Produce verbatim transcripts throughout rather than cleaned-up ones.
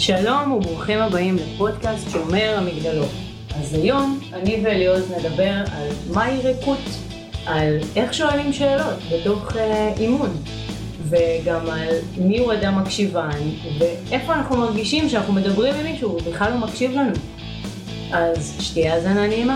שלום וברוכים הבאים לפודקאסט שומר המגדלות. אז היום אני ואליעוז נדבר על מהי ריקות, על איך שואלים שאלות בתוך אה, אימון, וגם על מי הוא אדם מקשיבן, ואיפה אנחנו מרגישים שאנחנו מדברים עם מישהו ובכלל לא מקשיב לנו. אז שתהיה האזנה נעימה.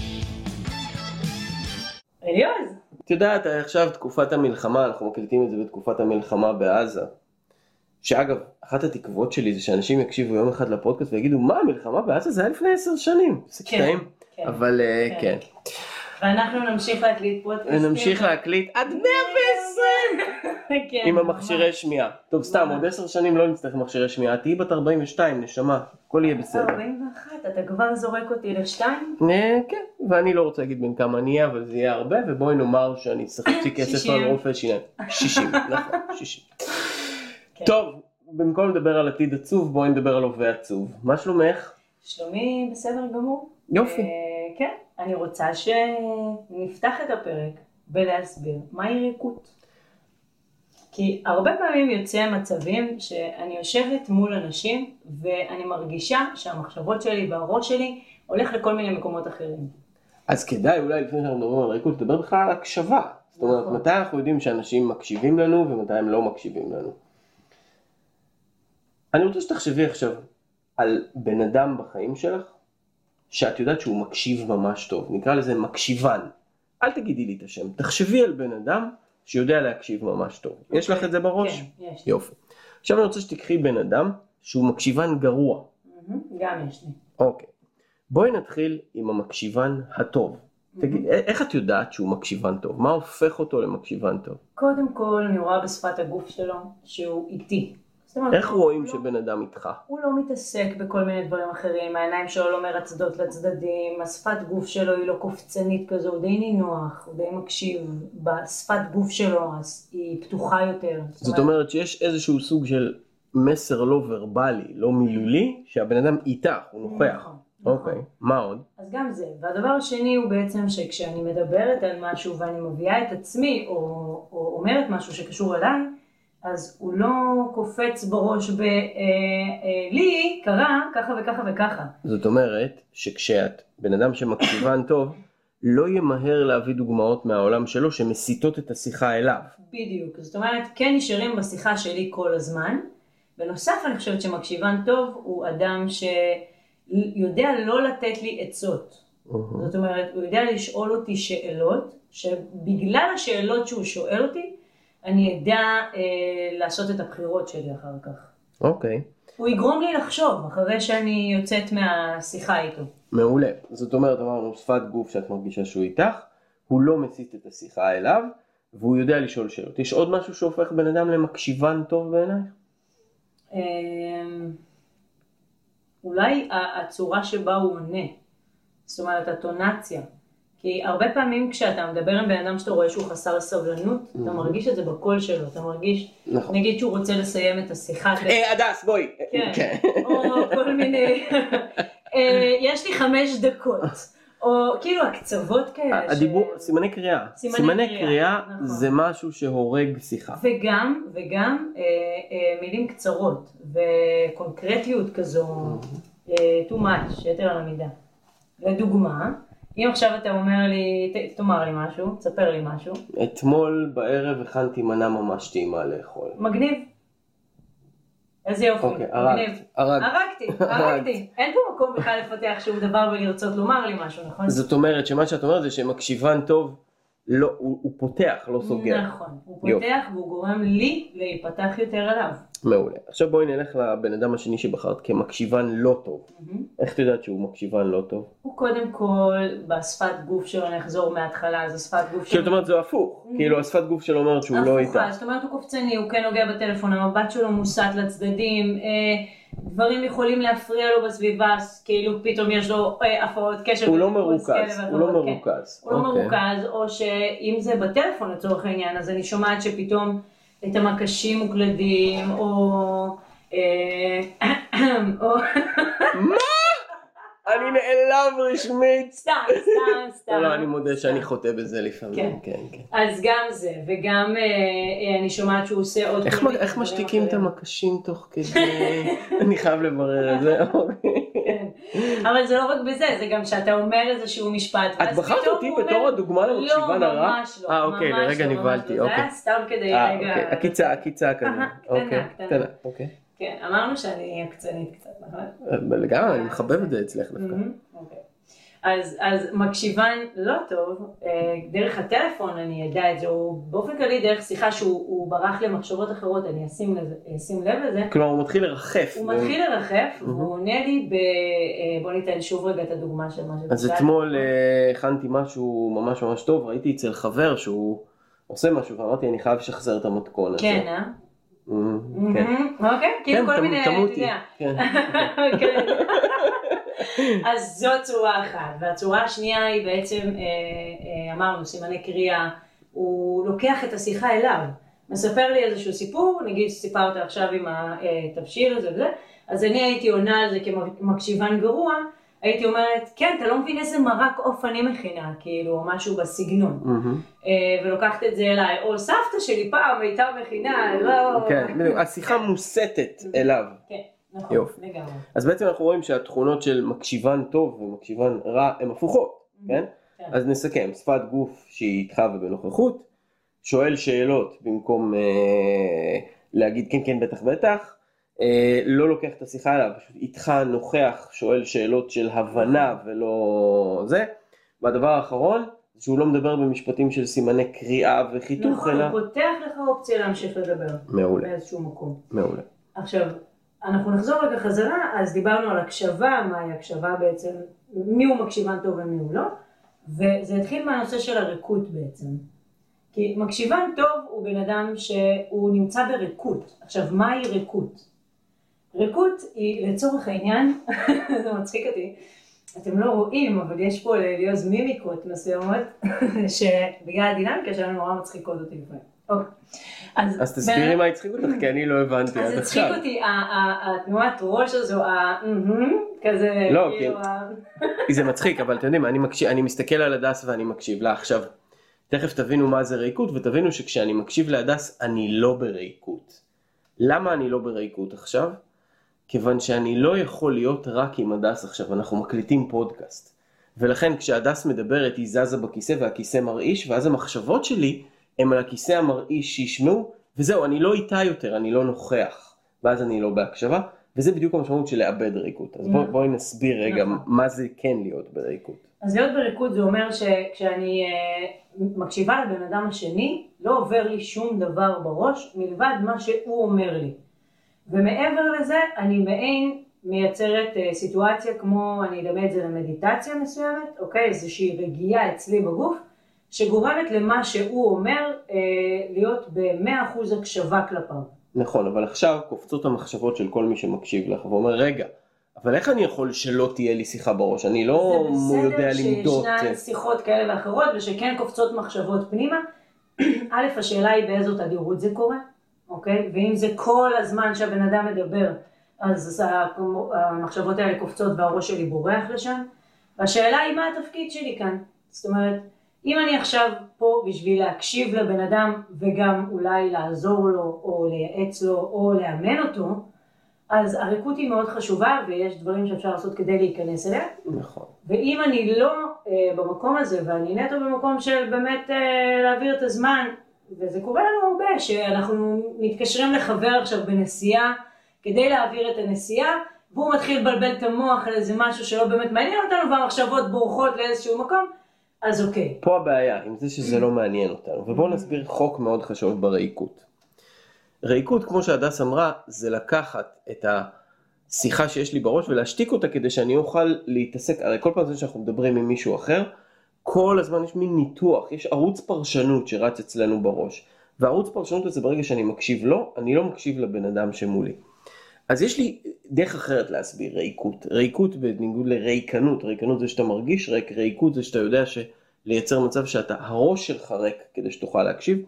אליעוז! את יודעת, עכשיו תקופת המלחמה, אנחנו מקליטים את זה בתקופת המלחמה בעזה. שאגב, אחת התקוות שלי זה שאנשים יקשיבו יום אחד לפודקאסט ויגידו, מה, המלחמה בעזה זה היה לפני עשר שנים. זה קטעים, אבל כן. ואנחנו נמשיך להקליט פודקאסט. נמשיך להקליט עד מאה ועשרים! עם המכשירי שמיעה. טוב, סתם, עוד עשר שנים לא נצטרך מכשירי שמיעה. תהי בת ארבעים ושתיים, נשמה, הכל יהיה בסדר. ארבעים ואחת, אתה כבר זורק אותי לשתיים? כן, ואני לא רוצה להגיד בין כמה אני אהיה, אבל זה יהיה הרבה, ובואי נאמר שאני צריך להוציא כסף על רופא שיניים. שישים, נכון, שישים. טוב, במקום לדבר על עתיד עצוב, בואי נדבר על הווה עצוב. מה שלומך? שלומי בסדר גמור. יופי. כן, אני רוצה שנפתח את הפרק ולהסביר מהי ריקות. כי הרבה פעמים יוצא מצבים שאני יושבת מול אנשים ואני מרגישה שהמחשבות שלי והראש שלי הולך לכל מיני מקומות אחרים. אז כדאי אולי לפני שאנחנו מדברים על ריקות, לדבר בכלל על הקשבה. זאת אומרת, מתי אנחנו יודעים שאנשים מקשיבים לנו ומתי הם לא מקשיבים לנו. אני רוצה שתחשבי עכשיו על בן אדם בחיים שלך, שאת יודעת שהוא מקשיב ממש טוב, נקרא לזה מקשיבן. אל תגידי לי את השם, תחשבי על בן אדם שיודע להקשיב ממש טוב. Okay. יש לך את זה בראש? כן, יש. יופי. עכשיו אני רוצה שתקחי בן אדם שהוא מקשיבן גרוע. Mm-hmm, גם יש לי. אוקיי. בואי נתחיל עם המקשיבן הטוב. Mm-hmm. תגיד, איך את יודעת שהוא מקשיבן טוב? מה הופך אותו למקשיבן טוב? קודם כל אני רואה בשפת הגוף שלו שהוא איטי. איך רואים שבן אדם איתך? הוא לא מתעסק בכל מיני דברים אחרים, העיניים שלו לא מרצדות לצדדים, השפת גוף שלו היא לא קופצנית כזו, הוא די נינוח, הוא די מקשיב, בשפת גוף שלו אז היא פתוחה יותר. זאת אומרת שיש איזשהו סוג של מסר לא ורבלי, לא מילולי, שהבן אדם איתך, הוא נוכח. אוקיי, מה עוד? אז גם זה, והדבר השני הוא בעצם שכשאני מדברת על משהו ואני מביאה את עצמי או אומרת משהו שקשור אליי, אז הוא לא קופץ בראש ב, אה, אה, לי קרה ככה וככה וככה. זאת אומרת שכשאת בן אדם שמקשיבן טוב, לא ימהר להביא דוגמאות מהעולם שלו שמסיתות את השיחה אליו. בדיוק, זאת אומרת כן נשארים בשיחה שלי כל הזמן. בנוסף אני חושבת שמקשיבן טוב הוא אדם שיודע לא לתת לי עצות. Uh-huh. זאת אומרת הוא יודע לשאול אותי שאלות, שבגלל השאלות שהוא שואל אותי, אני אדע אה, לעשות את הבחירות שלי אחר כך. אוקיי. הוא יגרום לי לחשוב אחרי שאני יוצאת מהשיחה איתו. מעולה. זאת אומרת, אמרנו, שפת גוף שאת מרגישה שהוא איתך, הוא לא מסיט את השיחה אליו, והוא יודע לשאול שאלות. יש עוד משהו שהופך בן אדם למקשיבן טוב בעינייך? אה, אולי הצורה שבה הוא עונה. זאת אומרת, הטונציה. כי הרבה פעמים כשאתה מדבר עם בן אדם שאתה רואה שהוא חסר סבלנות, mm-hmm. אתה מרגיש את זה בקול שלו, אתה מרגיש, נכון. נגיד שהוא רוצה לסיים את השיחה. אה, הדס, בואי. כן, okay. או כל מיני, יש לי חמש דקות, או כאילו הקצוות כאלה. הדיבור, ש... סימני קריאה. סימני, סימני קריאה, קריאה נכון. זה משהו שהורג שיחה. וגם, וגם אה, אה, מילים קצרות, וקונקרטיות כזו, mm-hmm. אה, too much, יתר על המידה. לדוגמה, אם עכשיו אתה אומר לי, ת, תאמר לי משהו, תספר לי משהו. אתמול בערב הכנתי מנה ממש טעימה לאכול. מגניב. איזה יופי. אוקיי, הרגת. הרגתי, הרגתי. אין פה מקום בכלל לפתח שום דבר ולרצות לומר לי משהו, נכון? זאת אומרת שמה שאת אומרת זה שמקשיבן טוב, לא, הוא, הוא פותח, לא סוגר. נכון, הוא פותח יופי. והוא גורם לי להיפתח יותר עליו. מעולה. עכשיו בואי נלך לבן אדם השני שבחרת כמקשיבן לא טוב. Mm-hmm. איך אתה יודעת שהוא מקשיבן לא טוב? הוא קודם כל בשפת גוף שלו, נחזור מההתחלה, אז השפת גוף שלו... זאת אומרת זה הפוך, mm-hmm. כאילו השפת גוף שלו אומרת שהוא לא איתה. הפוכה, זאת אומרת הוא קופצני, הוא כן נוגע בטלפון, המבט שלו מוסט לצדדים, אה, דברים יכולים להפריע לו בסביבה, כאילו פתאום יש לו אה, הפרעות קשב. הוא לא מרוכז, הוא לא מרוכז. הוא לא מרוכז, או שאם זה בטלפון לצורך העניין, אז אני שומעת שפתאום... את המקשים מוקלדים, או... מה? אני נעלב רשמית. סתם, סתם, סתם. לא, אני מודה שאני חוטא בזה לפעמים. כן, כן. אז גם זה, וגם אני שומעת שהוא עושה עוד... איך משתיקים את המקשים תוך כדי? אני חייב לברר את זה. אבל זה לא רק בזה, זה גם שאתה אומר איזשהו משפט. את בחרת אותי בתור הדוגמה למקשיבן הרע? לא, ממש לא. אה, אוקיי, לרגע נבלתי. זה היה סתם כדי רגע... הקיצה, הקיצה כזה. קטנה, קטנה. אוקיי. כן, אמרנו שאני עקצנית קצת, נכון? לגמרי, אני מחבב את זה אצלך דווקא. אוקיי. אז, אז מקשיבן לא טוב, דרך הטלפון אני אדע את זה, הוא באופן כללי דרך שיחה שהוא ברח למחשבות אחרות, אני אשים, לזה, אשים לב לזה. כלומר הוא מתחיל לרחף. הוא ו... מתחיל לרחף, והוא עונה לי ב... בוא ניתן שוב רגע את הדוגמה של מה שבצד. אז אתמול הכנתי משהו ממש ממש טוב, ראיתי אצל חבר שהוא עושה משהו, ואמרתי אני חייב לשחזר את המתכון הזה. כן, אה? אוקיי, כאילו כל מיני, אתה יודע. אז זו צורה אחת, והצורה השנייה היא בעצם, אמרנו, סימני קריאה, הוא לוקח את השיחה אליו, מספר לי איזשהו סיפור, נגיד סיפרת עכשיו עם התבשיל הזה וזה, אז אני הייתי עונה על זה כמקשיבן גרוע, הייתי אומרת, כן, אתה לא מבין איזה מרק עוף אני מכינה, כאילו, משהו בסגנון. ולוקחת את זה אליי, או סבתא שלי פעם הייתה מכינה, לא... כן, השיחה מוסתת אליו. כן, נכון, לגמרי. אז בעצם אנחנו רואים שהתכונות של מקשיבן טוב ומקשיבן רע הן הפוכות, כן? אז נסכם, שפת גוף שהיא איתך ובנוכחות, שואל שאלות במקום להגיד כן, כן, בטח, בטח, לא לוקח את השיחה אליו, פשוט איתך נוכח, שואל שאלות של הבנה ולא זה. והדבר האחרון, שהוא לא מדבר במשפטים של סימני קריאה וחיתוך, נכון, אלא... הוא פותח לך אופציה להמשיך לדבר. מעולה. באיזשהו מקום. מעולה. עכשיו, אנחנו נחזור רגע חזרה, אז דיברנו על הקשבה, מהי הקשבה בעצם, מי הוא מקשיבן טוב ומי הוא לא, וזה התחיל מהנושא של הריקות בעצם. כי מקשיבן טוב הוא בן אדם שהוא נמצא בריקות. עכשיו, מהי ריקות? ריקות היא לצורך העניין, זה מצחיק אותי, אתם לא רואים, אבל יש פה ליוז מימיקות מסוימות, שבגלל הדינמיקה שלנו נורא מצחיקות אותי לפעמים. אוקיי. אז תסבירי מה הצחיק אותך, כי אני לא הבנתי עד עכשיו. אז הצחיק אותי, התנועת ראש הזו, כזה... לא, כי זה מצחיק, אבל אתם יודעים, אני מסתכל על הדס ואני מקשיב לה עכשיו. תכף תבינו מה זה ריקות, ותבינו שכשאני מקשיב להדס, אני לא בריקות. למה אני לא בריקות עכשיו? כיוון שאני לא יכול להיות רק עם הדס עכשיו, אנחנו מקליטים פודקאסט. ולכן כשהדס מדברת היא זזה בכיסא והכיסא מרעיש, ואז המחשבות שלי הם על הכיסא המרעיש שישמעו, וזהו, אני לא איתה יותר, אני לא נוכח, ואז אני לא בהקשבה, וזה בדיוק המשמעות של לאבד ריקות. אז בוא, בואי נסביר רגע מה זה כן להיות בריקות. אז להיות בריקות זה אומר שכשאני מקשיבה לבן אדם השני, לא עובר לי שום דבר בראש, מלבד מה שהוא אומר לי. ומעבר לזה, אני מעין מייצרת סיטואציה כמו, אני אדמה את זה למדיטציה מסוימת, אוקיי? איזושהי רגיעה אצלי בגוף, שגורמת למה שהוא אומר להיות ב-מאה אחוז הקשבה כלפיו. נכון, אבל עכשיו קופצות המחשבות של כל מי שמקשיב לך, ואומר, רגע, אבל איך אני יכול שלא תהיה לי שיחה בראש? אני לא יודע למדות. זה בסדר שישנן שיחות כאלה ואחרות, ושכן קופצות מחשבות פנימה. א', השאלה היא באיזו תדירות זה קורה, אוקיי? ואם זה כל הזמן שהבן אדם מדבר, אז המחשבות האלה קופצות והראש שלי בורח לשם. והשאלה היא מה התפקיד שלי כאן. זאת אומרת, אם אני עכשיו פה בשביל להקשיב לבן אדם, וגם אולי לעזור לו, או לייעץ לו, או לאמן אותו, אז הריקות היא מאוד חשובה, ויש דברים שאפשר לעשות כדי להיכנס אליה. נכון. ואם אני לא אה, במקום הזה, ואני נטו במקום של באמת אה, להעביר את הזמן, וזה קורה לנו הרבה, שאנחנו מתקשרים לחבר עכשיו בנסיעה, כדי להעביר את הנסיעה, והוא מתחיל לבלבל את המוח על איזה משהו שלא באמת מעניין אותנו, והמחשבות בורחות לאיזשהו מקום, אז אוקיי. פה הבעיה, עם זה שזה לא מעניין אותנו, ובואו נסביר חוק מאוד חשוב בריקות. ריקות, כמו שהדס אמרה, זה לקחת את השיחה שיש לי בראש ולהשתיק אותה כדי שאני אוכל להתעסק, הרי כל פעם זה שאנחנו מדברים עם מישהו אחר, כל הזמן יש מין ניתוח, יש ערוץ פרשנות שרץ אצלנו בראש, והערוץ פרשנות הזה ברגע שאני מקשיב לו, אני לא מקשיב לבן אדם שמולי. אז יש לי דרך אחרת להסביר ריקות. ריקות בניגוד לריקנות, ריקנות זה שאתה מרגיש ריק, ריקות זה שאתה יודע שלייצר מצב שאתה, הראש שלך ריק כדי שתוכל להקשיב.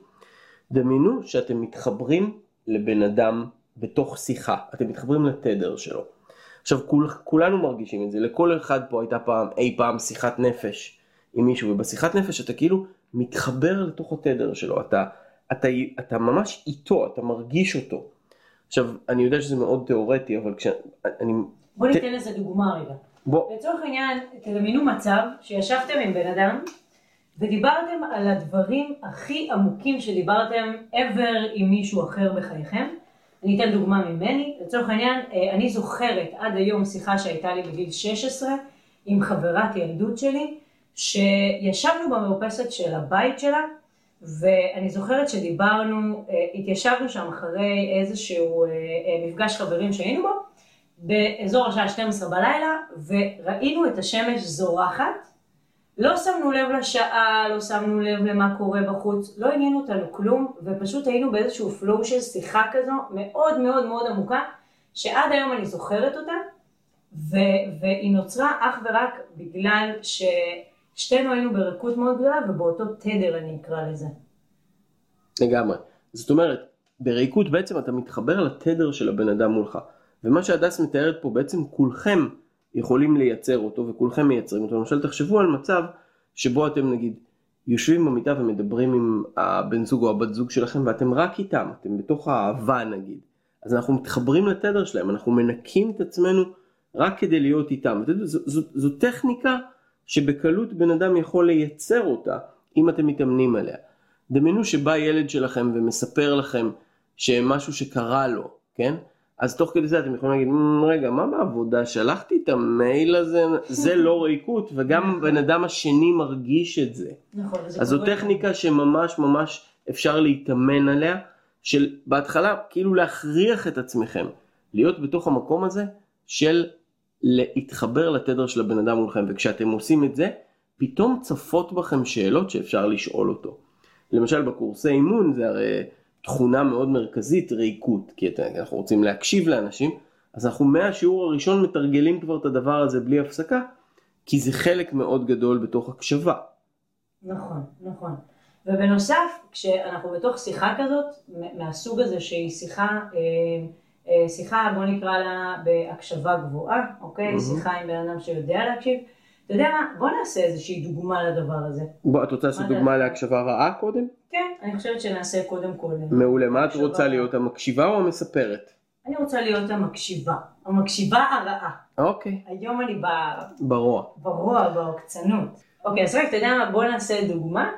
דמיינו שאתם מתחברים לבן אדם בתוך שיחה, אתם מתחברים לתדר שלו. עכשיו כול, כולנו מרגישים את זה, לכל אחד פה הייתה פעם, אי פעם שיחת נפש עם מישהו, ובשיחת נפש אתה כאילו מתחבר לתוך התדר שלו, אתה, אתה, אתה ממש איתו, אתה מרגיש אותו. עכשיו, אני יודע שזה מאוד תיאורטי, אבל כשאני... בוא ניתן ת... לזה דוגמה רגע. בוא. לצורך העניין, תדמיינו מצב שישבתם עם בן אדם, ודיברתם על הדברים הכי עמוקים שדיברתם ever עם מישהו אחר בחייכם. אני אתן דוגמה ממני. לצורך העניין, אני זוכרת עד היום שיחה שהייתה לי בגיל שש עשרה, עם חברת ילדות שלי, שישבנו במרפסת של הבית שלה, ואני זוכרת שדיברנו, התיישבנו שם אחרי איזשהו מפגש חברים שהיינו בו, באזור השעה שתים עשרה בלילה, וראינו את השמש זורחת, לא שמנו לב לשעה, לא שמנו לב למה קורה בחוץ, לא עניין אותנו כלום, ופשוט היינו באיזשהו פלואו של שיחה כזו, מאוד מאוד מאוד עמוקה, שעד היום אני זוכרת אותה, ו- והיא נוצרה אך ורק בגלל ששתינו היינו בריקות מאוד גדולה, ובאותו תדר אני אקרא לזה. לגמרי. זאת אומרת, בריקות בעצם אתה מתחבר לתדר של הבן אדם מולך, ומה שהדס מתארת פה בעצם כולכם יכולים לייצר אותו, וכולכם מייצרים אותו. למשל תחשבו על מצב שבו אתם נגיד יושבים במיטה ומדברים עם הבן זוג או הבת זוג שלכם, ואתם רק איתם, אתם בתוך האהבה נגיד. אז אנחנו מתחברים לתדר שלהם, אנחנו מנקים את עצמנו רק כדי להיות איתם. זו, זו, זו טכניקה שבקלות בן אדם יכול לייצר אותה, אם אתם מתאמנים עליה. דמיינו שבא ילד שלכם ומספר לכם שמשהו שקרה לו, כן? אז תוך כדי זה אתם יכולים להגיד, רגע, מה בעבודה? שלחתי את המייל הזה, זה לא ריקות, וגם בן אדם השני מרגיש את זה. נכון. אז זו טכניקה שממש ממש אפשר להתאמן עליה, של בהתחלה כאילו להכריח את עצמכם, להיות בתוך המקום הזה של להתחבר לתדר של הבן אדם מולכם, וכשאתם עושים את זה, פתאום צפות בכם שאלות שאפשר לשאול אותו. למשל בקורסי אימון זה הרי תכונה מאוד מרכזית, ריקות, כי אנחנו רוצים להקשיב לאנשים, אז אנחנו מהשיעור הראשון מתרגלים כבר את הדבר הזה בלי הפסקה, כי זה חלק מאוד גדול בתוך הקשבה. נכון, נכון. ובנוסף, כשאנחנו בתוך שיחה כזאת, מהסוג הזה שהיא שיחה, שיחה בוא נקרא לה בהקשבה גבוהה, אוקיי? Mm-hmm. שיחה עם בן אדם שיודע להקשיב. אתה יודע מה? בוא נעשה איזושהי דוגמה לדבר הזה. בוא, את רוצה לעשות דוגמה להקשבה רעה קודם? כן, אני חושבת שנעשה קודם כל. מעולה, מה את רוצה להיות, המקשיבה או המספרת? אני רוצה להיות המקשיבה, המקשיבה הרעה. אוקיי. היום אני ברוע. ברוע, בעוקצנות. אוקיי, אז רק אתה יודע מה? בוא נעשה דוגמה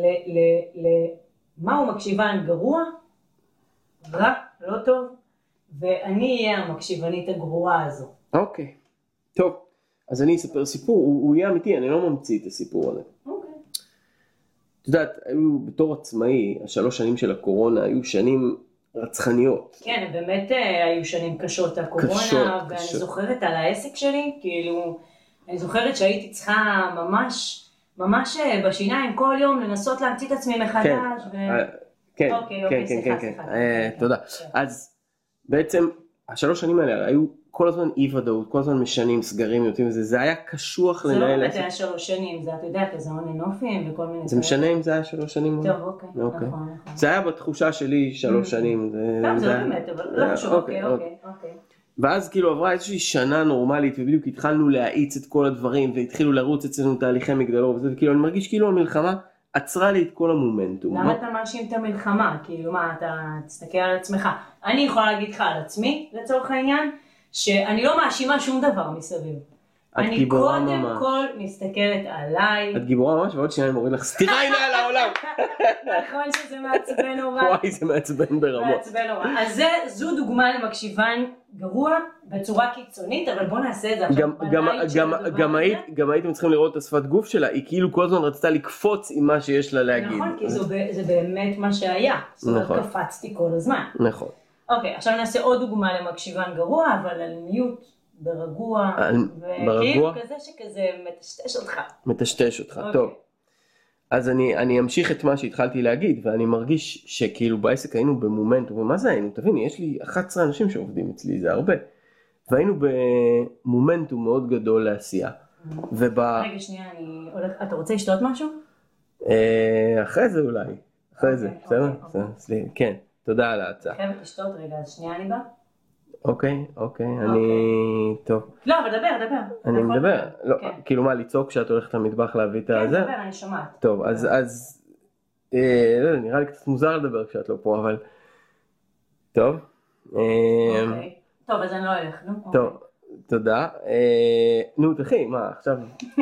למהו מקשיבן גרוע, רע, לא טוב, ואני אהיה המקשיבנית הגרועה הזו. אוקיי, טוב. אז אני אספר סיפור, הוא, הוא יהיה אמיתי, אני לא ממציא את הסיפור הזה. אוקיי. את יודעת, היו בתור עצמאי, השלוש שנים של הקורונה, היו שנים רצחניות. כן, באמת היו שנים קשות הקורונה, קשות, ואני קשות. זוכרת על העסק שלי, כאילו, אני זוכרת שהייתי צריכה ממש, ממש בשיניים כל יום לנסות להמציא את עצמי מחדש. כן, ו... כן, אוקיי, כן, אוקיי, כן, סליחה, כן, סליחה. כן. כן. תודה. כן. אז בעצם, השלוש שנים האלה היו כל הזמן אי ודאות, כל הזמן משנים, סגרים, יוצאים וזה, זה היה קשוח לנהל. זה לא באמת היה שלוש שנים, זה אתה יודע, כזה עוני נופים וכל מיני... זה משנה אם זה היה שלוש שנים? טוב, אוקיי, נכון, נכון. זה היה בתחושה שלי שלוש שנים. טוב, זה לא באמת, אבל לא חשוב, אוקיי, אוקיי, אוקיי. ואז כאילו עברה איזושהי שנה נורמלית, ובדיוק התחלנו להאיץ את כל הדברים, והתחילו לרוץ אצלנו תהליכי מגדלור, וזה, וכאילו אני מרגיש כאילו המלחמה עצרה לי את כל המומנטום. למה אתה מאשים את המלחמה? כאילו מה, אתה תסתכל על עצמך. אני יכולה להגיד לך על עצמי, לצורך העניין, שאני לא מאשימה שום דבר מסביב. אני קודם כל מסתכלת עליי. את גיבורה ממש, ועוד שנייה אני מוריד לך סתירה הנה על העולם. נכון שזה מעצבן נורא. וואי, זה מעצבן ברמות. מעצבן נורא. אז זו דוגמה למקשיבן גרוע בצורה קיצונית, אבל בוא נעשה את זה עכשיו. גם הייתם צריכים לראות את השפת גוף שלה, היא כאילו כל הזמן רצתה לקפוץ עם מה שיש לה להגיד. נכון, כי זה באמת מה שהיה. זאת אומרת, קפצתי כל הזמן. נכון. אוקיי, עכשיו נעשה עוד דוגמה למקשיבן גרוע, אבל על מיוט. ברגוע, וכאילו כזה שכזה מטשטש אותך. מטשטש אותך, טוב. אז אני, אני אמשיך את מה שהתחלתי להגיד, ואני מרגיש שכאילו בעסק היינו במומנטום, ומה זה היינו? תביני, יש לי אחת עשרה אנשים שעובדים אצלי, זה הרבה. והיינו במומנטום מאוד גדול לעשייה. ובא... רגע, שנייה, אני הולך... אתה רוצה לשתות משהו? אחרי זה אולי, אחרי זה, בסדר? כן, תודה על ההצעה. חייבת לשתות רגע, אז שנייה אני בא. אוקיי, אוקיי, אני... טוב. לא, אבל דבר, דבר. אני מדבר. לא, כאילו מה, לצעוק כשאת הולכת למטבח להביא את הזה? כן, דבר, אני שומעת. טוב, אז, אז... אה, לא, נראה לי קצת מוזר לדבר כשאת לא פה, אבל... טוב. אוקיי. טוב, אז אני לא אלך, נו. טוב, תודה. נו, תחי, מה, עכשיו...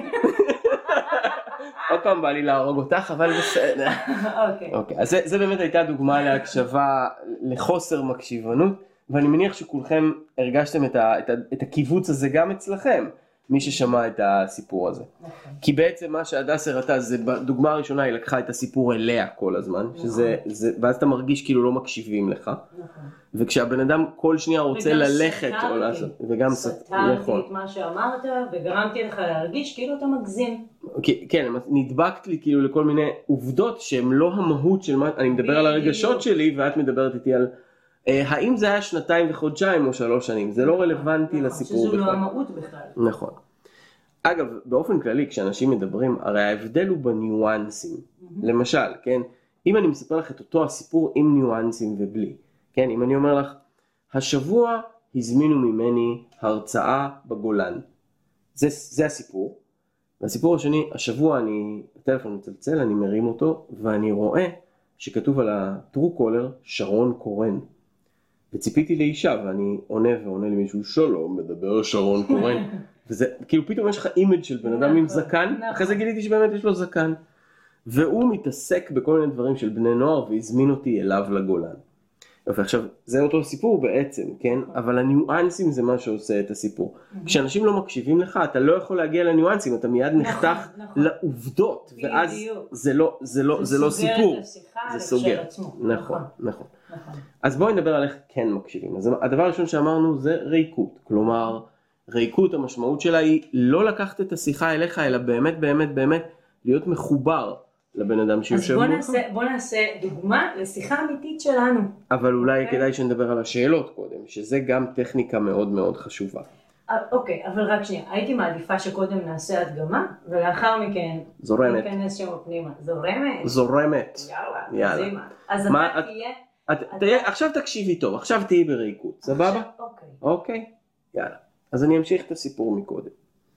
עוד פעם בא לי להרוג אותך, אבל בסדר. אוקיי. אוקיי, אז זה, זה באמת הייתה דוגמה להקשבה, לחוסר מקשיבנות, ואני מניח שכולכם הרגשתם את, ה, את, ה, את הקיבוץ הזה גם אצלכם, מי ששמע את הסיפור הזה. נכון. כי בעצם מה שהדס הראתה, זה בדוגמה הראשונה היא לקחה את הסיפור אליה כל הזמן, נכון. שזה, זה, ואז אתה מרגיש כאילו לא מקשיבים לך. נכון. וכשהבן אדם כל שנייה רוצה ללכת או לעשות, וגם סתרתי את מה שאמרת וגרמתי לך להרגיש כאילו אתה מגזים. כן, נדבקת לי כאילו לכל מיני עובדות שהן לא המהות של מה, אני מדבר על הרגשות שלי ואת מדברת איתי על האם זה היה שנתיים וחודשיים או שלוש שנים, זה לא רלוונטי לסיפור בכלל. שזו לא המהות בכלל. נכון. אגב, באופן כללי כשאנשים מדברים, הרי ההבדל הוא בניואנסים. למשל, כן, אם אני מספר לך את אותו הסיפור עם ניואנסים ובלי, כן, אם אני אומר לך, השבוע הזמינו ממני הרצאה בגולן. זה, זה הסיפור. והסיפור השני, השבוע אני, הטלפון מצלצל, אני מרים אותו, ואני רואה שכתוב על הטרו קולר, שרון קורן. וציפיתי לאישה, ואני עונה ועונה למישהו, שלום, מדבר שרון קורן. וזה, כאילו פתאום יש לך אימג' של בן אדם עם זקן, אחרי זה גיליתי שבאמת יש לו זקן. והוא מתעסק בכל מיני דברים של בני נוער, והזמין אותי אליו לגולן. עכשיו, זה אותו סיפור בעצם, כן? אבל הניואנסים זה מה שעושה את הסיפור. כשאנשים לא מקשיבים לך, אתה לא יכול להגיע לניואנסים, אתה מיד נחתך לעובדות, ואז זה לא, זה לא, זה לא סיפור. זה סוגר. נכון, נכון. אז בואי נדבר על איך כן מקשיבים. אז הדבר הראשון שאמרנו זה ריקות. כלומר, ריקות המשמעות שלה היא לא לקחת את השיחה אליך, אלא באמת, באמת, באמת להיות מחובר. לבן אדם שיושב מולך. אז בוא נעשה, בוא נעשה דוגמה לשיחה אמיתית שלנו. אבל אולי okay. כדאי שנדבר על השאלות קודם, שזה גם טכניקה מאוד מאוד חשובה. אוקיי, okay, אבל רק שנייה, הייתי מעדיפה שקודם נעשה הדגמה, ולאחר מכן זורמת. ניכנס שם פנימה. זורמת? זורמת. יאללה, יאללה. זימה. אז מה, אתה את, תהיה... את, אתה... תהיה... עכשיו תקשיבי טוב, עכשיו תהיי בריקות, סבבה? אוקיי. אוקיי, יאללה. אז אני אמשיך את הסיפור מקודם.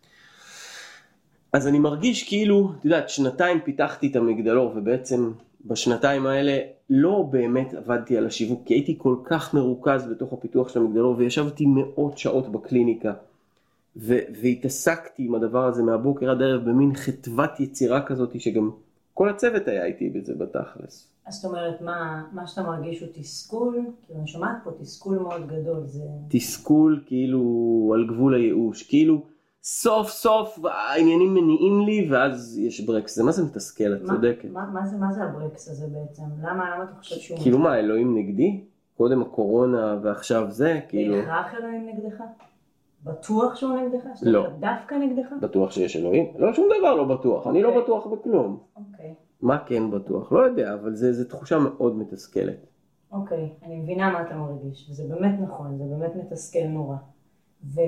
אז אני מרגיש כאילו, את יודעת, שנתיים פיתחתי את המגדלור, ובעצם בשנתיים האלה לא באמת עבדתי על השיווק, כי הייתי כל כך מרוכז בתוך הפיתוח של המגדלור, וישבתי מאות שעות בקליניקה, ו- והתעסקתי עם הדבר הזה מהבוקר עד ערב, במין חטבת יצירה כזאת, שגם כל הצוות היה איתי בזה בתכלס. אז זאת אומרת, מה, מה שאתה מרגיש הוא תסכול? כאילו אני שומעת פה תסכול מאוד גדול. זה... תסכול כאילו על גבול הייאוש, כאילו... סוף סוף העניינים מניעים לי ואז יש ברקס. זה מה זה מתסכל, את צודקת. מה, מה, זה, מה זה הברקס הזה בעצם? למה, למה אתה חושב שהוא... כאילו מה, אלוהים נגדי? קודם הקורונה ועכשיו זה, כאילו... בהכרח אלוהים נגדך? בטוח שהוא נגדך? לא. דווקא נגדך? בטוח שיש אלוהים? לא, שום דבר לא בטוח. אני לא בטוח בכלום. אוקיי. מה כן בטוח? לא יודע, אבל זה, זה תחושה מאוד מתסכלת. אוקיי, אני מבינה מה אתה מרגיש. זה באמת נכון, זה באמת מתסכל נורא. ו...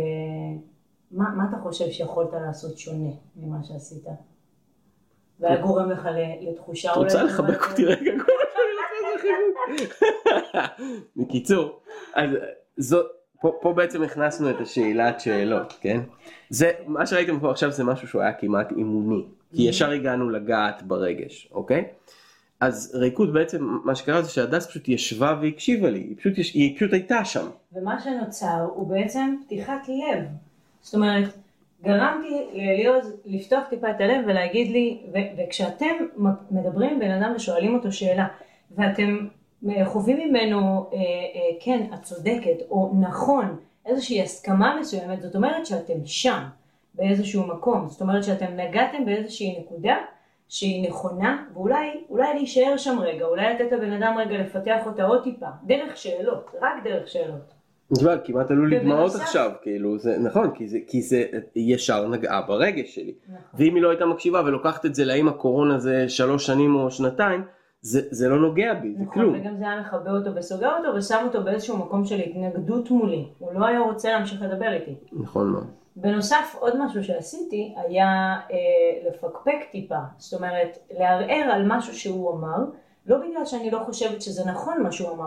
מה, מה אתה חושב שיכולת לעשות שונה ממה שעשית? והיה גורם לך לתחושה... את רוצה לחבק אותי רגע? כל מה שאני רוצה. בקיצור, אז זו, פה, פה בעצם הכנסנו את השאלת שאלות, כן? זה, מה שראיתם פה עכשיו זה משהו שהוא היה כמעט אימוני, כי ישר הגענו לגעת ברגש, אוקיי? אז ריקות בעצם, מה שקרה זה שהדס פשוט ישבה והקשיבה לי, היא פשוט, היא פשוט הייתה שם. ומה שנוצר הוא בעצם פתיחת לב. זאת אומרת, גרמתי לאליעוז לפתוח טיפה את הלב ולהגיד לי, ו- וכשאתם מדברים עם בן אדם ושואלים אותו שאלה, ואתם חווים ממנו, אה, אה, כן, את צודקת, או נכון, איזושהי הסכמה מסוימת, זאת אומרת שאתם שם, באיזשהו מקום, זאת אומרת שאתם נגעתם באיזושהי נקודה, שהיא נכונה, ואולי אולי להישאר שם רגע, אולי לתת לבן אדם רגע לפתח אותה עוד טיפה, דרך שאלות, רק דרך שאלות. נשמע, כמעט עלו לי דמעות עכשיו, כאילו, זה נכון, כי זה, כי זה ישר נגעה ברגש שלי. נכון. ואם היא לא הייתה מקשיבה ולוקחת את זה לאם הקורונה זה שלוש שנים או שנתיים, זה, זה לא נוגע בי, זה נכון, כלום. וגם זה היה מחבא אותו וסוגר אותו ושם אותו באיזשהו מקום של התנגדות מולי. הוא לא היה רוצה להמשיך לדבר איתי. נכון מאוד. בנוסף, עוד משהו שעשיתי היה אה, לפקפק טיפה, זאת אומרת, לערער על משהו שהוא אמר, לא בגלל שאני לא חושבת שזה נכון מה שהוא אמר,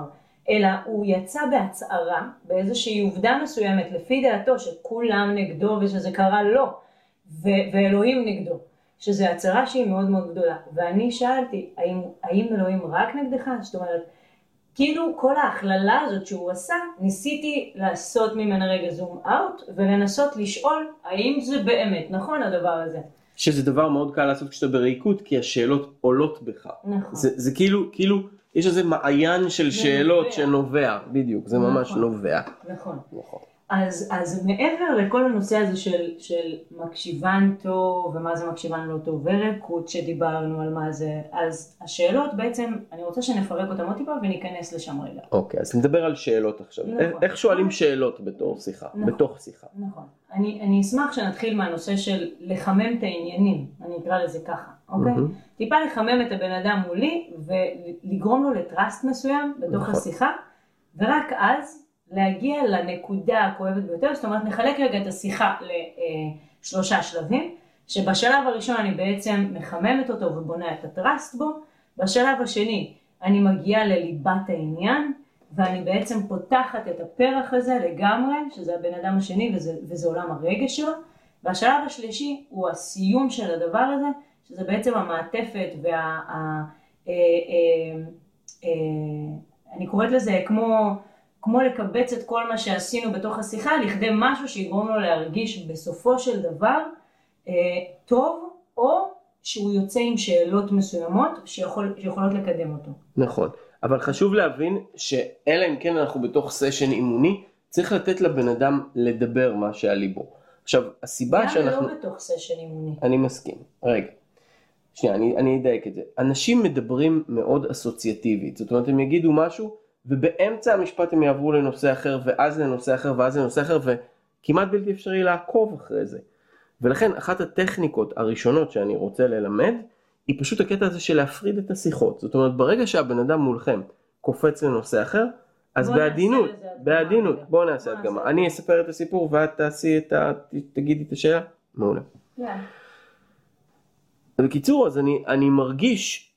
אלא הוא יצא בהצהרה, באיזושהי עובדה מסוימת, לפי דעתו שכולם נגדו ושזה קרה לו, ו- ואלוהים נגדו, שזו הצהרה שהיא מאוד מאוד גדולה. ואני שאלתי, האם, האם אלוהים רק נגדך? זאת אומרת, כאילו כל ההכללה הזאת שהוא עשה, ניסיתי לעשות ממנה רגע זום אאוט, ולנסות לשאול, האם זה באמת נכון הדבר הזה? שזה דבר מאוד קל לעשות כשאתה בריקות, כי השאלות עולות בך. נכון. זה, זה כאילו, כאילו, יש איזה מעיין של שאלות נובע. שנובע, בדיוק, זה ממש נכון. נובע. נכון. נכון. אז, אז מעבר לכל הנושא הזה של, של מקשיבן טוב, ומה זה מקשיבן לא טוב, וריקות שדיברנו על מה זה, אז השאלות בעצם, אני רוצה שנפרק אותם עוד טיפה וניכנס לשם רגע. אוקיי, אז נדבר על שאלות עכשיו. נכון. איך, איך שואלים שאלות בתור שיחה, נכון. בתוך שיחה? נכון. אני, אני אשמח שנתחיל מהנושא של לחמם את העניינים, אני אקרא לזה ככה, אוקיי? Mm-hmm. טיפה לחמם את הבן אדם מולי, ולגרום לו לטרסט מסוים בתוך נכון. השיחה, ורק אז להגיע לנקודה הכואבת ביותר, זאת אומרת נחלק רגע את השיחה לשלושה שלבים, שבשלב הראשון אני בעצם מחממת אותו ובונה את הטרסט בו, בשלב השני אני מגיעה לליבת העניין, ואני בעצם פותחת את הפרח הזה לגמרי, שזה הבן אדם השני וזה, וזה עולם הרגש שלו, והשלב השלישי הוא הסיום של הדבר הזה, שזה בעצם המעטפת וה... ה, אה, אה, אה, אני קוראת לזה כמו... כמו לקבץ את כל מה שעשינו בתוך השיחה, לכדי משהו שיגרום לו להרגיש בסופו של דבר אה, טוב, או שהוא יוצא עם שאלות מסוימות שיכול, שיכולות לקדם אותו. נכון, אבל חשוב להבין שאלה אם כן אנחנו בתוך סשן אימוני, צריך לתת לבן אדם לדבר מה שעל ליבו. עכשיו, הסיבה שאנחנו... גם לא בתוך סשן אימוני. אני מסכים, רגע. שנייה, אני, אני אדייק את זה. אנשים מדברים מאוד אסוציאטיבית, זאת אומרת, הם יגידו משהו, ובאמצע המשפט הם יעברו לנושא אחר, ואז לנושא אחר, ואז לנושא אחר, וכמעט בלתי אפשרי לעקוב אחרי זה. ולכן, אחת הטכניקות הראשונות שאני רוצה ללמד, היא פשוט הקטע הזה של להפריד את השיחות. זאת אומרת, ברגע שהבן אדם מולכם קופץ לנושא אחר, אז בעדינות, בעדינות, בואו נעשה הדגמה. אני אספר את הסיפור, ואת תעשי את ה... תגידי את השאלה. מעולה. בקיצור, אז אני, אני מרגיש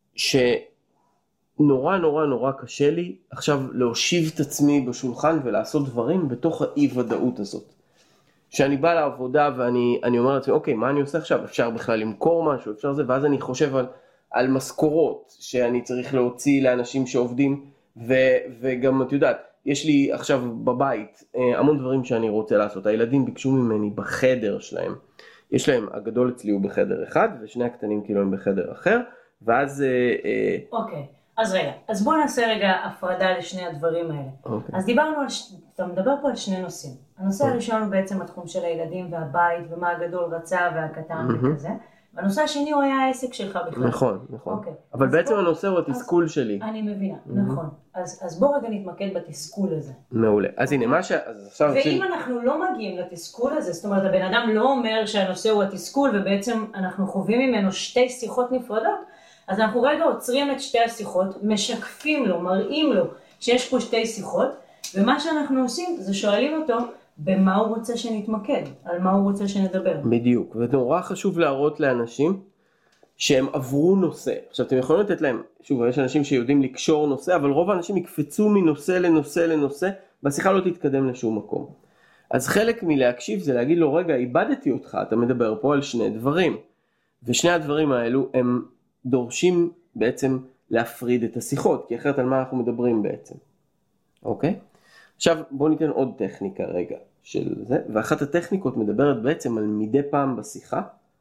שנורא נורא נורא קשה לי עכשיו להושיב את עצמי בשולחן ולעשות דברים בתוך האי ודאות הזאת. שאני בא לעבודה ואני אני אומר לעצמי, אוקיי, מה אני עושה עכשיו? אפשר בכלל למכור משהו, אפשר זה, ואז אני חושב על, על משכורות שאני צריך להוציא לאנשים שעובדים, ו, וגם את יודעת, יש לי עכשיו בבית המון דברים שאני רוצה לעשות. הילדים ביקשו ממני בחדר שלהם, יש להם, הגדול אצלי הוא בחדר אחד, ושני הקטנים כאילו הם בחדר אחר, ואז... אוקיי, אז רגע, אז בוא נעשה רגע הפרדה לשני הדברים האלה. אוקיי. אז דיברנו על, אתה מדבר פה על שני נושאים. הנושא הראשון הוא בעצם התחום של הילדים והבית, ומה הגדול רצה והקטן וכזה. והנושא השני הוא היה העסק שלך בכלל. נכון, נכון. אוקיי. אבל בעצם בוא, הנושא הוא התסכול אז, שלי. אני מבינה, נכון. אז, אז בוא רגע נתמקד בתסכול הזה. מעולה. אז הנה, מה ש... אז עכשיו ואם עושים... אנחנו לא מגיעים לתסכול הזה, זאת אומרת, הבן אדם לא אומר שהנושא הוא התסכול, ובעצם אנחנו חווים ממנו שתי שיחות נפרדות, אז אנחנו רגע עוצרים את שתי השיחות, משקפים לו, מראים לו שיש פה שתי שיחות, ומה שאנחנו עושים זה שואלים אותו במה הוא רוצה שנתמקד, על מה הוא רוצה שנדבר. בדיוק, ונורא חשוב להראות לאנשים שהם עברו נושא. עכשיו אתם יכולים לתת להם, שוב, יש אנשים שיודעים לקשור נושא, אבל רוב האנשים יקפצו מנושא לנושא לנושא, והשיחה לא תתקדם לשום מקום. אז חלק מלהקשיב זה להגיד לו, רגע, איבדתי אותך, אתה מדבר פה על שני דברים. ושני הדברים האלו הם דורשים בעצם להפריד את השיחות, כי אחרת על מה אנחנו מדברים בעצם. אוקיי? עכשיו בואו ניתן עוד טכניקה רגע של זה, ואחת הטכניקות מדברת בעצם על מדי פעם בשיחה,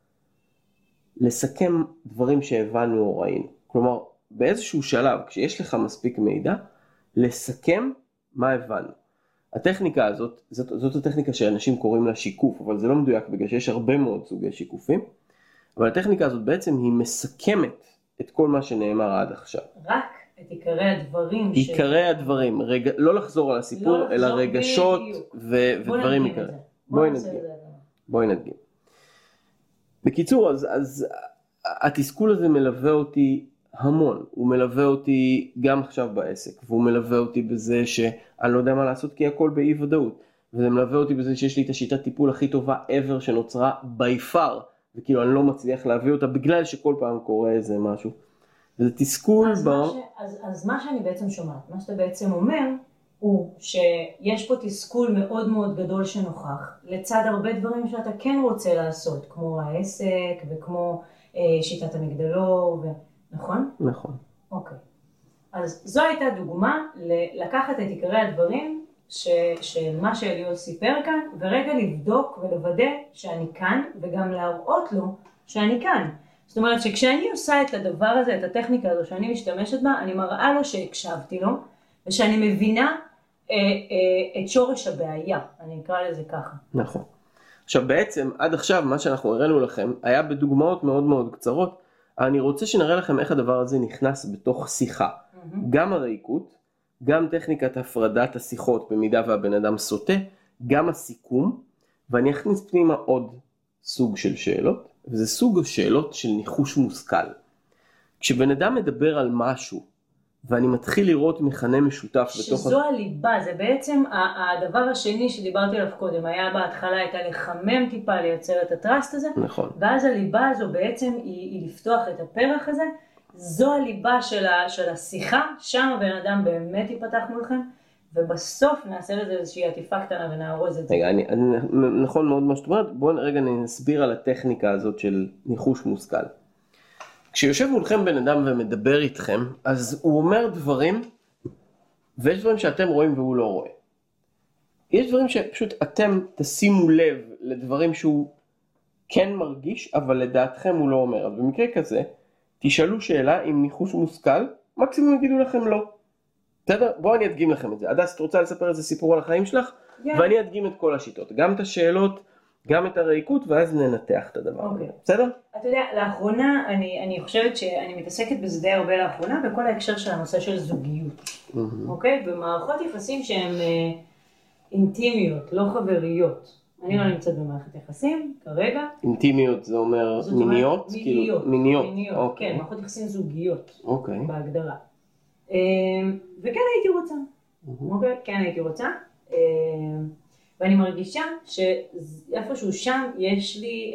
לסכם דברים שהבנו או ראינו. כלומר, באיזשהו שלב, כשיש לך מספיק מידע, לסכם מה הבנו. הטכניקה הזאת, זאת, זאת הטכניקה שאנשים קוראים לה שיקוף, אבל זה לא מדויק בגלל שיש הרבה מאוד סוגי שיקופים, אבל הטכניקה הזאת בעצם היא מסכמת את כל מה שנאמר עד עכשיו. רק את עיקרי הדברים. עיקרי ש... הדברים, רגע, לא לחזור על הסיפור, לא אלא רגשות ו... ודברים עיקריים. בואי נדגים. בואי נדגים. בקיצור, אז, אז התסכול הזה מלווה אותי המון. הוא מלווה אותי גם עכשיו בעסק, והוא מלווה אותי בזה שאני לא יודע מה לעשות כי הכל באי ודאות. וזה מלווה אותי בזה שיש לי את השיטת טיפול הכי טובה ever שנוצרה by far, וכאילו אני לא מצליח להביא אותה בגלל שכל פעם קורה איזה משהו. וזה תסכול אז, ב... מה ש... אז, אז מה שאני בעצם שומעת, מה שאתה בעצם אומר, הוא שיש פה תסכול מאוד מאוד גדול שנוכח, לצד הרבה דברים שאתה כן רוצה לעשות, כמו העסק וכמו אה, שיטת המגדלור, ו... נכון? נכון. אוקיי. אז זו הייתה דוגמה לקחת את עיקרי הדברים ש... של מה שאליעוז סיפר כאן, ורגע לבדוק ולוודא שאני כאן, וגם להראות לו שאני כאן. זאת אומרת שכשאני עושה את הדבר הזה, את הטכניקה הזו שאני משתמשת בה, אני מראה לו שהקשבתי לו, ושאני מבינה אה, אה, את שורש הבעיה, אני אקרא לזה ככה. נכון. עכשיו בעצם עד עכשיו מה שאנחנו הראינו לכם היה בדוגמאות מאוד מאוד קצרות, אני רוצה שנראה לכם איך הדבר הזה נכנס בתוך שיחה. Mm-hmm. גם הריקות, גם טכניקת הפרדת השיחות במידה והבן אדם סוטה, גם הסיכום, ואני אכניס פנימה עוד סוג של שאלות, וזה סוג השאלות של ניחוש מושכל. כשבן אדם מדבר על משהו, ואני מתחיל לראות מכנה משותף בתוך... שזו הליבה, זה בעצם הדבר השני שדיברתי עליו קודם, היה בהתחלה הייתה לחמם טיפה, לייצר את הטרסט הזה, נכון. ואז הליבה הזו בעצם היא, היא לפתוח את הפרח הזה, זו הליבה של, ה, של השיחה, שם הבן אדם באמת ייפתח מולכם, ובסוף נעשה לזה איזושהי עטיפה קטנה ונארוז את זה. רגע, אני, אני, נכון מאוד מה שאת אומרת, בואו רגע נסביר על הטכניקה הזאת של ניחוש מושכל. כשיושב מולכם בן אדם ומדבר איתכם, אז הוא אומר דברים, ויש דברים שאתם רואים והוא לא רואה. יש דברים שפשוט אתם תשימו לב לדברים שהוא כן מרגיש, אבל לדעתכם הוא לא אומר. אז במקרה כזה, תשאלו שאלה עם ניחוש מושכל, מקסימום יגידו לכם לא. בסדר? בואו אני אדגים לכם את זה. הדס, את רוצה לספר איזה סיפור על החיים שלך? Yeah. ואני אדגים את כל השיטות. גם את השאלות, גם את הריקות, ואז ננתח את הדבר. אוקיי. Okay. בסדר? אתה יודע, לאחרונה, אני, אני חושבת שאני מתעסקת בזה די הרבה לאחרונה, בכל ההקשר של הנושא של זוגיות. Mm-hmm. אוקיי? במערכות יחסים שהן אה, אינטימיות, לא חבריות. אני לא נמצאת במערכת יחסים, כרגע. אינטימיות זה אומר מיניות? מיניות. כאילו, מיניות. מיניות, אוקיי. כן, מערכות יחסים זוגיות. אוקיי. בהגדרה. וכן הייתי רוצה. אוקיי? כן הייתי רוצה. ואני מרגישה שאיפשהו שם יש לי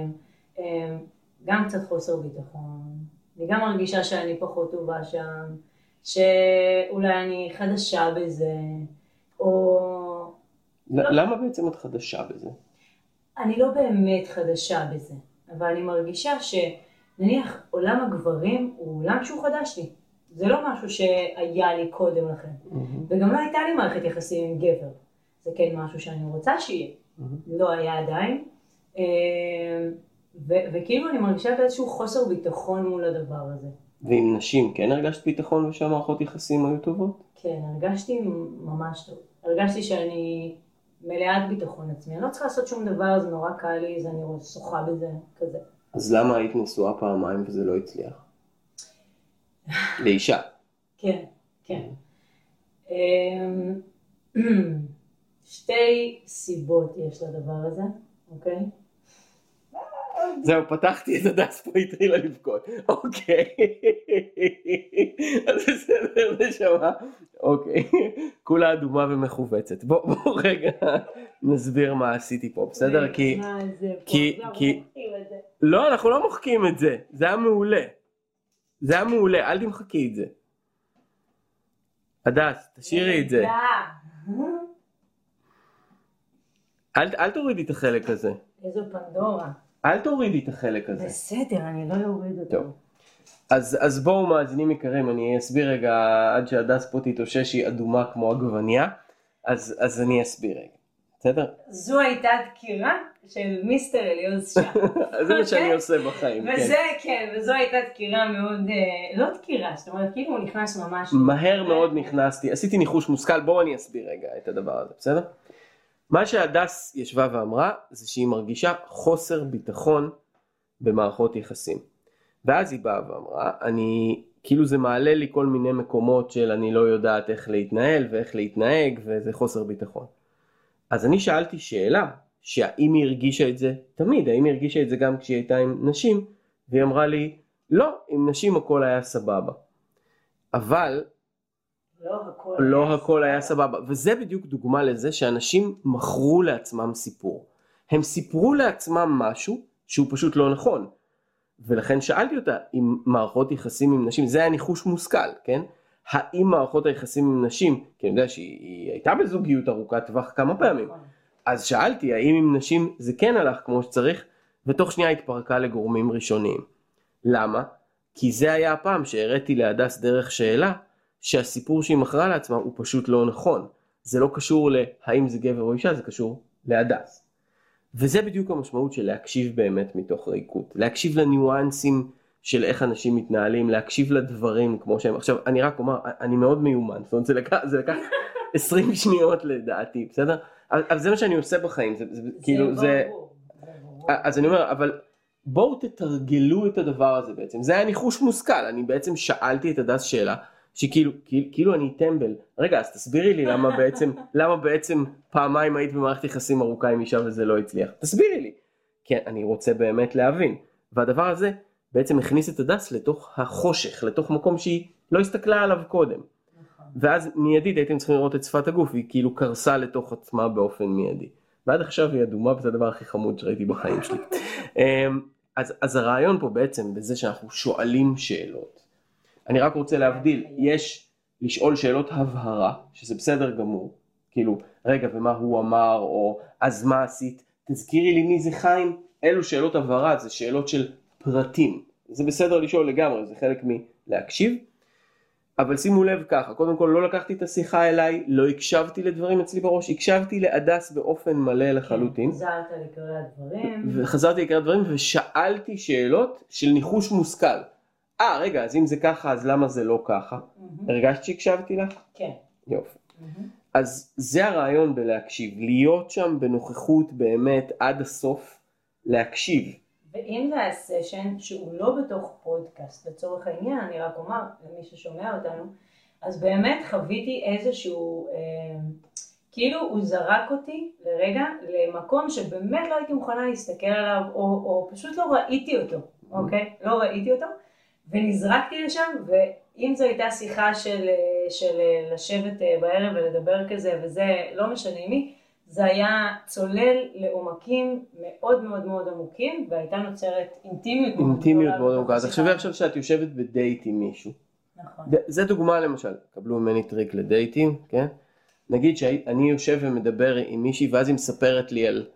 גם קצת חוסר ביטחון. אני גם מרגישה שאני פחות טובה שם, שאולי אני חדשה בזה, או... למה בעצם את חדשה בזה? אני לא באמת חדשה בזה, אבל אני מרגישה שנניח עולם הגברים הוא עולם שהוא חדש לי. זה לא משהו שהיה לי קודם לכן. Mm-hmm. וגם לא הייתה לי מערכת יחסים עם גבר. זה כן משהו שאני רוצה שיהיה. Mm-hmm. לא היה עדיין. ו- וכאילו אני מרגישה באיזשהו חוסר ביטחון מול הדבר הזה. ועם נשים, כן הרגשת ביטחון ושהמערכות יחסים היו טובות? כן, הרגשתי ממש טוב. הרגשתי שאני מלאת ביטחון עצמי. אני לא צריכה לעשות שום דבר, זה נורא קל לי, זה אני שוחה בזה, כזה. אז למה היית נשואה פעמיים וזה לא הצליח? לאישה. כן, כן. שתי סיבות יש לדבר הזה, אוקיי? זהו, פתחתי את הדס פה, התחילה לבכות. אוקיי. אז בסדר, זה שמה. אוקיי. כולה אדומה ומחובצת. בואו רגע נסביר מה עשיתי פה, בסדר? כי... מה זה פה? כי... לא, כי... מוחקים את זה. לא, אנחנו לא מוחקים את זה. זה היה מעולה. זה היה מעולה, אל תמחקי את זה. הדס, תשאירי את זה. אל, אל תורידי את החלק הזה. איזו פנדורה. אל תורידי את החלק הזה. בסדר, אני לא אוריד אותו. טוב. אז, אז בואו מאזינים יקרים, אני אסביר רגע עד שהדס פה תתאושש שהיא אדומה כמו עגבניה. אז, אז אני אסביר רגע. בסדר? זו הייתה דקירה של מיסטר אליעוז שם. זה מה שאני עושה בחיים. וזה, כן, וזו הייתה דקירה מאוד, לא דקירה, זאת אומרת, כאילו הוא נכנס ממש... מהר מאוד נכנסתי, עשיתי ניחוש מושכל, בואו אני אסביר רגע את הדבר הזה, בסדר? מה שהדס ישבה ואמרה, זה שהיא מרגישה חוסר ביטחון במערכות יחסים. ואז היא באה ואמרה, אני, כאילו זה מעלה לי כל מיני מקומות של אני לא יודעת איך להתנהל ואיך להתנהג, וזה חוסר ביטחון. אז אני שאלתי שאלה, שהאם היא הרגישה את זה תמיד, האם היא הרגישה את זה גם כשהיא הייתה עם נשים, והיא אמרה לי, לא, עם נשים הכל היה סבבה. אבל לא הכל, לא היה, הכל היה סבבה, וזה בדיוק דוגמה לזה שאנשים מכרו לעצמם סיפור. הם סיפרו לעצמם משהו שהוא פשוט לא נכון. ולכן שאלתי אותה אם מערכות יחסים עם נשים, זה היה ניחוש מושכל, כן? האם מערכות היחסים עם נשים, כי אני יודע שהיא הייתה בזוגיות ארוכת טווח כמה פעמים, אז שאלתי האם עם נשים זה כן הלך כמו שצריך, ותוך שנייה התפרקה לגורמים ראשוניים. למה? כי זה היה הפעם שהראיתי להדס דרך שאלה, שהסיפור שהיא מכרה לעצמה הוא פשוט לא נכון. זה לא קשור להאם זה גבר או אישה, זה קשור להדס. וזה בדיוק המשמעות של להקשיב באמת מתוך ריקות. להקשיב לניואנסים של איך אנשים מתנהלים, להקשיב לדברים כמו שהם. עכשיו, אני רק אומר, אני מאוד מיומן, זאת אומרת, זה לקח, זה לקח עשרים שניות לדעתי, בסדר? אבל זה מה שאני עושה בחיים, זה, זה, זה כאילו, זה... אז אני אומר, אבל בואו תתרגלו את הדבר הזה בעצם. זה היה ניחוש מושכל, אני בעצם שאלתי את הדס שאלה, שכאילו, כאילו, כאילו אני טמבל. רגע, אז תסבירי לי למה בעצם, למה בעצם פעמיים היית במערכת יחסים ארוכה עם אישה וזה לא הצליח. תסבירי לי. כן, אני רוצה באמת להבין. והדבר הזה בעצם הכניס את הדס לתוך החושך, לתוך מקום שהיא לא הסתכלה עליו קודם. ואז מיידית הייתם צריכים לראות את שפת הגוף, היא כאילו קרסה לתוך עצמה באופן מיידי. ועד עכשיו היא אדומה, וזה הדבר הכי חמוד שראיתי בחיים שלי. אז, אז הרעיון פה בעצם בזה שאנחנו שואלים שאלות. אני רק רוצה להבדיל, יש לשאול שאלות הבהרה, שזה בסדר גמור, כאילו, רגע, ומה הוא אמר, או אז מה עשית, תזכירי לי מי זה חיים, אלו שאלות הבהרה, זה שאלות של פרטים, זה בסדר לשאול לגמרי, זה חלק מלהקשיב, אבל שימו לב ככה, קודם כל לא לקחתי את השיחה אליי, לא הקשבתי לדברים אצלי בראש, הקשבתי להדס באופן מלא לחלוטין. חזרת לקרוא הדברים. וחזרתי לקרוא הדברים ושאלתי שאלות של ניחוש מושכל. אה, רגע, אז אם זה ככה, אז למה זה לא ככה? הרגשת שהקשבתי לך? כן. יופי. אז זה הרעיון בלהקשיב, להיות שם בנוכחות באמת עד הסוף, להקשיב. ואם זה הסשן שהוא לא בתוך פודקאסט, לצורך העניין, אני רק אומר למי ששומע אותנו, אז באמת חוויתי איזשהו, אה, כאילו הוא זרק אותי לרגע למקום שבאמת לא הייתי מוכנה להסתכל עליו, או, או פשוט לא ראיתי אותו, אוקיי? לא ראיתי אותו, ונזרקתי לשם, ואם זו הייתה שיחה של, של לשבת בערב ולדבר כזה, וזה לא משנה מי, זה היה צולל לעומקים מאוד מאוד מאוד עמוקים, והייתה נוצרת אינטימיות מאוד אינטימיות מאוד עמוקה. אז תחשבי עכשיו שאת יושבת בדייט עם מישהו. נכון. זה דוגמה למשל, קבלו ממני טריק לדייטים, כן? נגיד שאני יושב ומדבר עם מישהי, ואז היא מספרת לי על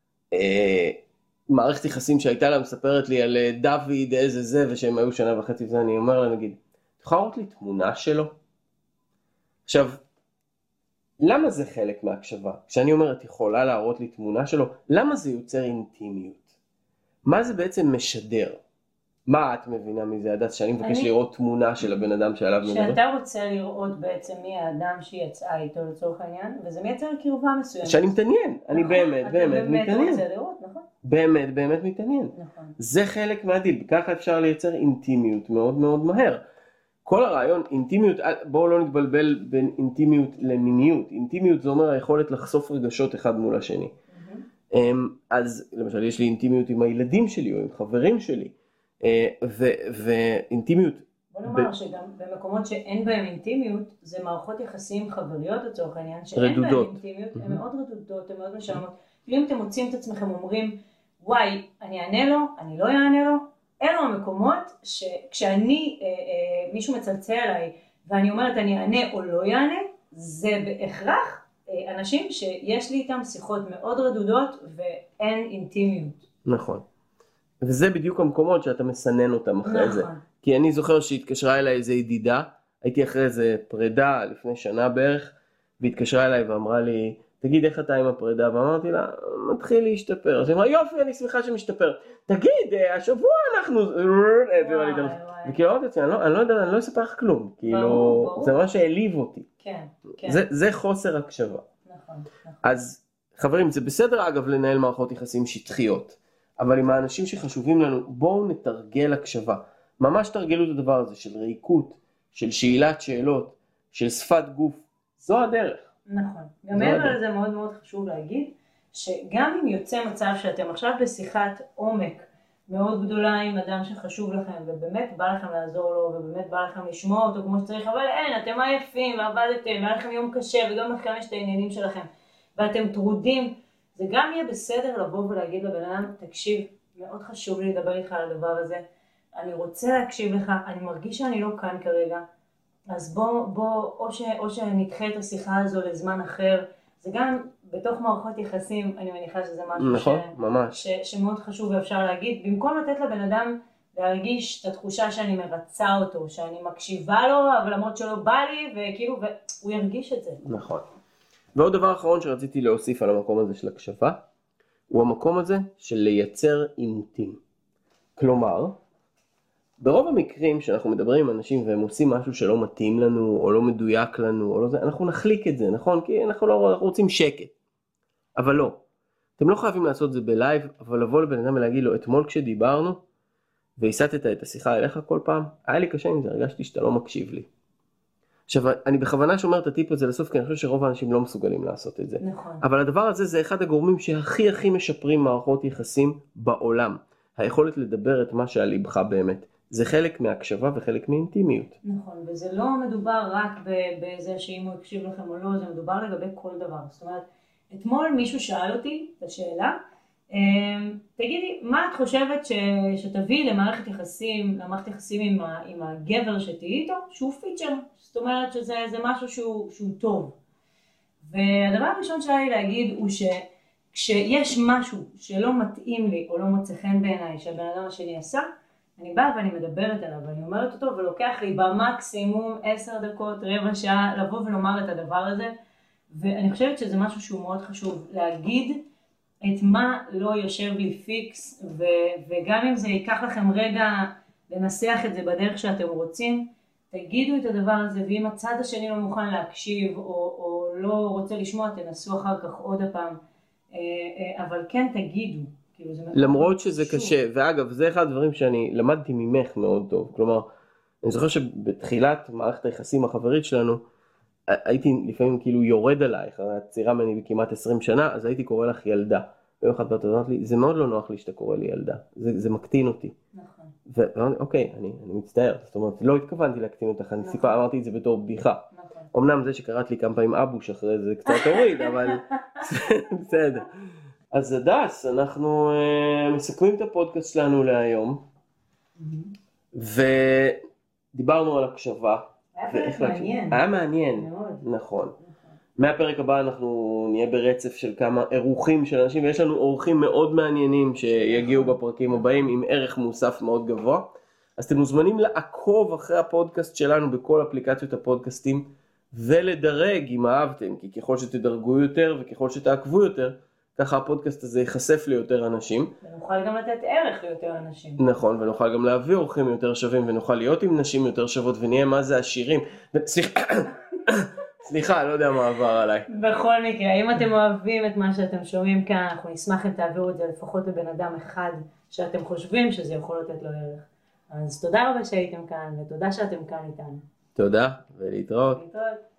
אה, מערכת יחסים שהייתה לה, מספרת לי על דוד, איזה זה, ושהם היו שנה וחצי וזה, אני אומר לה, נגיד, תוכל לראות לי תמונה שלו? עכשיו, למה זה חלק מהקשבה? כשאני אומרת, יכולה להראות לי תמונה שלו, למה זה יוצר אינטימיות? מה זה בעצם משדר? מה את מבינה מזה, הדס, שאני מבקש אני... לראות תמונה של הבן אדם שעליו מדבר? שאתה רוצה לראות בעצם מי האדם שיצאה איתו לצורך העניין, וזה מייצר קרבה מסוימת. שאני מתעניין, נכון, אני באמת, באמת מתעניין. אתה באמת רוצה לראות, נכון? באמת, באמת מתעניין. נכון. זה חלק מהדיל, ככה אפשר לייצר אינטימיות מאוד מאוד מהר. כל הרעיון, אינטימיות, בואו לא נתבלבל בין אינטימיות למיניות. אינטימיות זה אומר היכולת לחשוף רגשות אחד מול השני. Mm-hmm. אז למשל יש לי אינטימיות עם הילדים שלי או עם חברים שלי. ואינטימיות. בוא נאמר שגם במקומות שאין בהם אינטימיות, זה מערכות יחסים חבריות לצורך העניין, שאין בהם אינטימיות, הן מאוד רדודות, הן מאוד משעמות. אם אתם מוצאים את עצמכם אומרים, וואי, אני אענה לו, אני לא אענה לו, אלו המקומות שכשאני, מישהו מצלצל עליי, ואני אומרת אני אענה או לא אענה, זה בהכרח אנשים שיש לי איתם שיחות מאוד רדודות ואין אינטימיות. נכון. וזה בדיוק המקומות שאתה מסנן אותם אחרי נכון. זה. כי אני זוכר שהתקשרה אליי איזו ידידה, הייתי אחרי איזה פרידה לפני שנה בערך, והתקשרה אליי ואמרה לי, תגיד איך אתה עם הפרידה? ואמרתי לה, מתחיל להשתפר. אז היא אמרה, יופי, אני שמחה שמשתפר. תגיד, השבוע אנחנו... וכאילו אמרתי לעצמי, אני לא יודע, אני לא אספר לך כלום. כאילו, זה ממש העליב אותי. כן, כן. זה חוסר הקשבה. נכון. אז חברים, זה בסדר אגב לנהל מערכות יחסים שטחיות. אבל עם האנשים שחשובים לנו, בואו נתרגל הקשבה. ממש תרגלו את הדבר הזה של ריקות, של שאלת שאלות, של שפת גוף. זו הדרך. נכון. גם מעבר לזה מאוד מאוד חשוב להגיד, שגם אם יוצא מצב שאתם עכשיו בשיחת עומק מאוד גדולה עם אדם שחשוב לכם, ובאמת בא לכם לעזור לו, ובאמת בא לכם לשמוע אותו כמו שצריך, אבל אין, אתם עייפים, ועבדתם, היה לכם יום קשה, וגם לכם יש את העניינים שלכם, ואתם טרודים, זה גם יהיה בסדר לבוא ולהגיד לבן אדם, תקשיב, מאוד חשוב לי לדבר איתך על הדבר הזה, אני רוצה להקשיב לך, אני מרגיש שאני לא כאן כרגע, אז בוא, בוא, או, ש, או שנדחה את השיחה הזו לזמן אחר, זה גם בתוך מערכות יחסים, אני מניחה שזה משהו נכון, ש, ממש. ש, שמאוד חשוב ואפשר להגיד, במקום לתת לבן אדם להרגיש את התחושה שאני מרצה אותו, שאני מקשיבה לו, אבל למרות שלא בא לי, וכאילו, והוא ירגיש את זה. נכון. ועוד דבר אחרון שרציתי להוסיף על המקום הזה של הקשבה, הוא המקום הזה של לייצר עימותים. כלומר, ברוב המקרים שאנחנו מדברים עם אנשים והם עושים משהו שלא מתאים לנו, או לא מדויק לנו, או לא זה, אנחנו נחליק את זה, נכון? כי אנחנו לא אנחנו רוצים שקט. אבל לא. אתם לא חייבים לעשות זה בלייב, אבל לבוא לבן אדם ולהגיד לו, אתמול כשדיברנו, והסתת את השיחה אליך כל פעם, היה לי קשה עם זה, הרגשתי שאתה לא מקשיב לי. עכשיו, אני בכוונה שומר את הטיפ הזה לסוף, כי אני חושב שרוב האנשים לא מסוגלים לעשות את זה. נכון. אבל הדבר הזה זה אחד הגורמים שהכי הכי משפרים מערכות יחסים בעולם. היכולת לדבר את מה שעל ליבך באמת. זה חלק מהקשבה וחלק מאינטימיות. נכון, וזה לא מדובר רק בזה שאם הוא הקשיב לכם או לא, זה מדובר לגבי כל דבר. זאת אומרת, אתמול מישהו שאל אותי את השאלה, תגידי, מה את חושבת ש, שתביא למערכת יחסים, למערכת יחסים עם, ה, עם הגבר שתהיי איתו, שהוא פיצ'ר, זאת אומרת שזה זה משהו שהוא, שהוא טוב. והדבר הראשון שהיה לי להגיד הוא שכשיש משהו שלא מתאים לי או לא מוצא חן בעיניי שהבן אדם השני עשה, אני באה ואני מדברת עליו ואני אומרת אותו ולוקח לי במקסימום עשר דקות, רבע שעה לבוא ולומר את הדבר הזה, ואני חושבת שזה משהו שהוא מאוד חשוב להגיד, את מה לא יושב לי פיקס, ו- וגם אם זה ייקח לכם רגע לנסח את זה בדרך שאתם רוצים, תגידו את הדבר הזה, ואם הצד השני לא מוכן להקשיב, או, או לא רוצה לשמוע, תנסו אחר כך עוד הפעם, אבל כן תגידו. כאילו זה למרות שזה שוב. קשה, ואגב, זה אחד הדברים שאני למדתי ממך מאוד טוב, כלומר, אני זוכר שבתחילת מערכת היחסים החברית שלנו, הייתי לפעמים כאילו יורד עלייך, הצעירה ממני בכמעט עשרים שנה, אז הייתי קורא לך ילדה. ויום אחד באת ואמרת לי, זה מאוד לא נוח לי שאתה קורא לי ילדה, זה, זה מקטין אותי. נכון. ואמרתי, אוקיי, אני, אני מצטער, זאת אומרת, לא התכוונתי להקטין אותך, אני סיפה, אמרתי את זה בתור בדיחה. נכון. אמנם זה שקראת לי כמה פעמים אבוש אחרי זה קצת הוריד, אבל בסדר. אז הדס, אנחנו uh, מסכמים את הפודקאסט שלנו להיום, ודיברנו על הקשבה. היה פרק מעניין. היה מעניין, נכון. מהפרק הבא אנחנו נהיה ברצף של כמה אירוחים של אנשים, ויש לנו אורחים מאוד מעניינים שיגיעו בפרקים הבאים עם ערך מוסף מאוד גבוה. אז אתם מוזמנים לעקוב אחרי הפודקאסט שלנו בכל אפליקציות הפודקאסטים, ולדרג אם אהבתם, כי ככל שתדרגו יותר וככל שתעקבו יותר, ככה הפודקאסט הזה ייחשף ליותר אנשים. ונוכל גם לתת ערך ליותר אנשים. נכון, ונוכל גם להביא אורחים יותר שווים, ונוכל להיות עם נשים יותר שוות, ונהיה מה זה עשירים. סליחה, סליחה, לא יודע מה עבר עליי. בכל מקרה, אם אתם אוהבים את מה שאתם שומעים כאן, אנחנו נשמח אם תעבירו את זה לפחות לבן אדם אחד, שאתם חושבים שזה יכול לתת לו ערך. אז תודה רבה שהייתם כאן, ותודה שאתם כאן איתנו. תודה, ולהתראות. להתראות.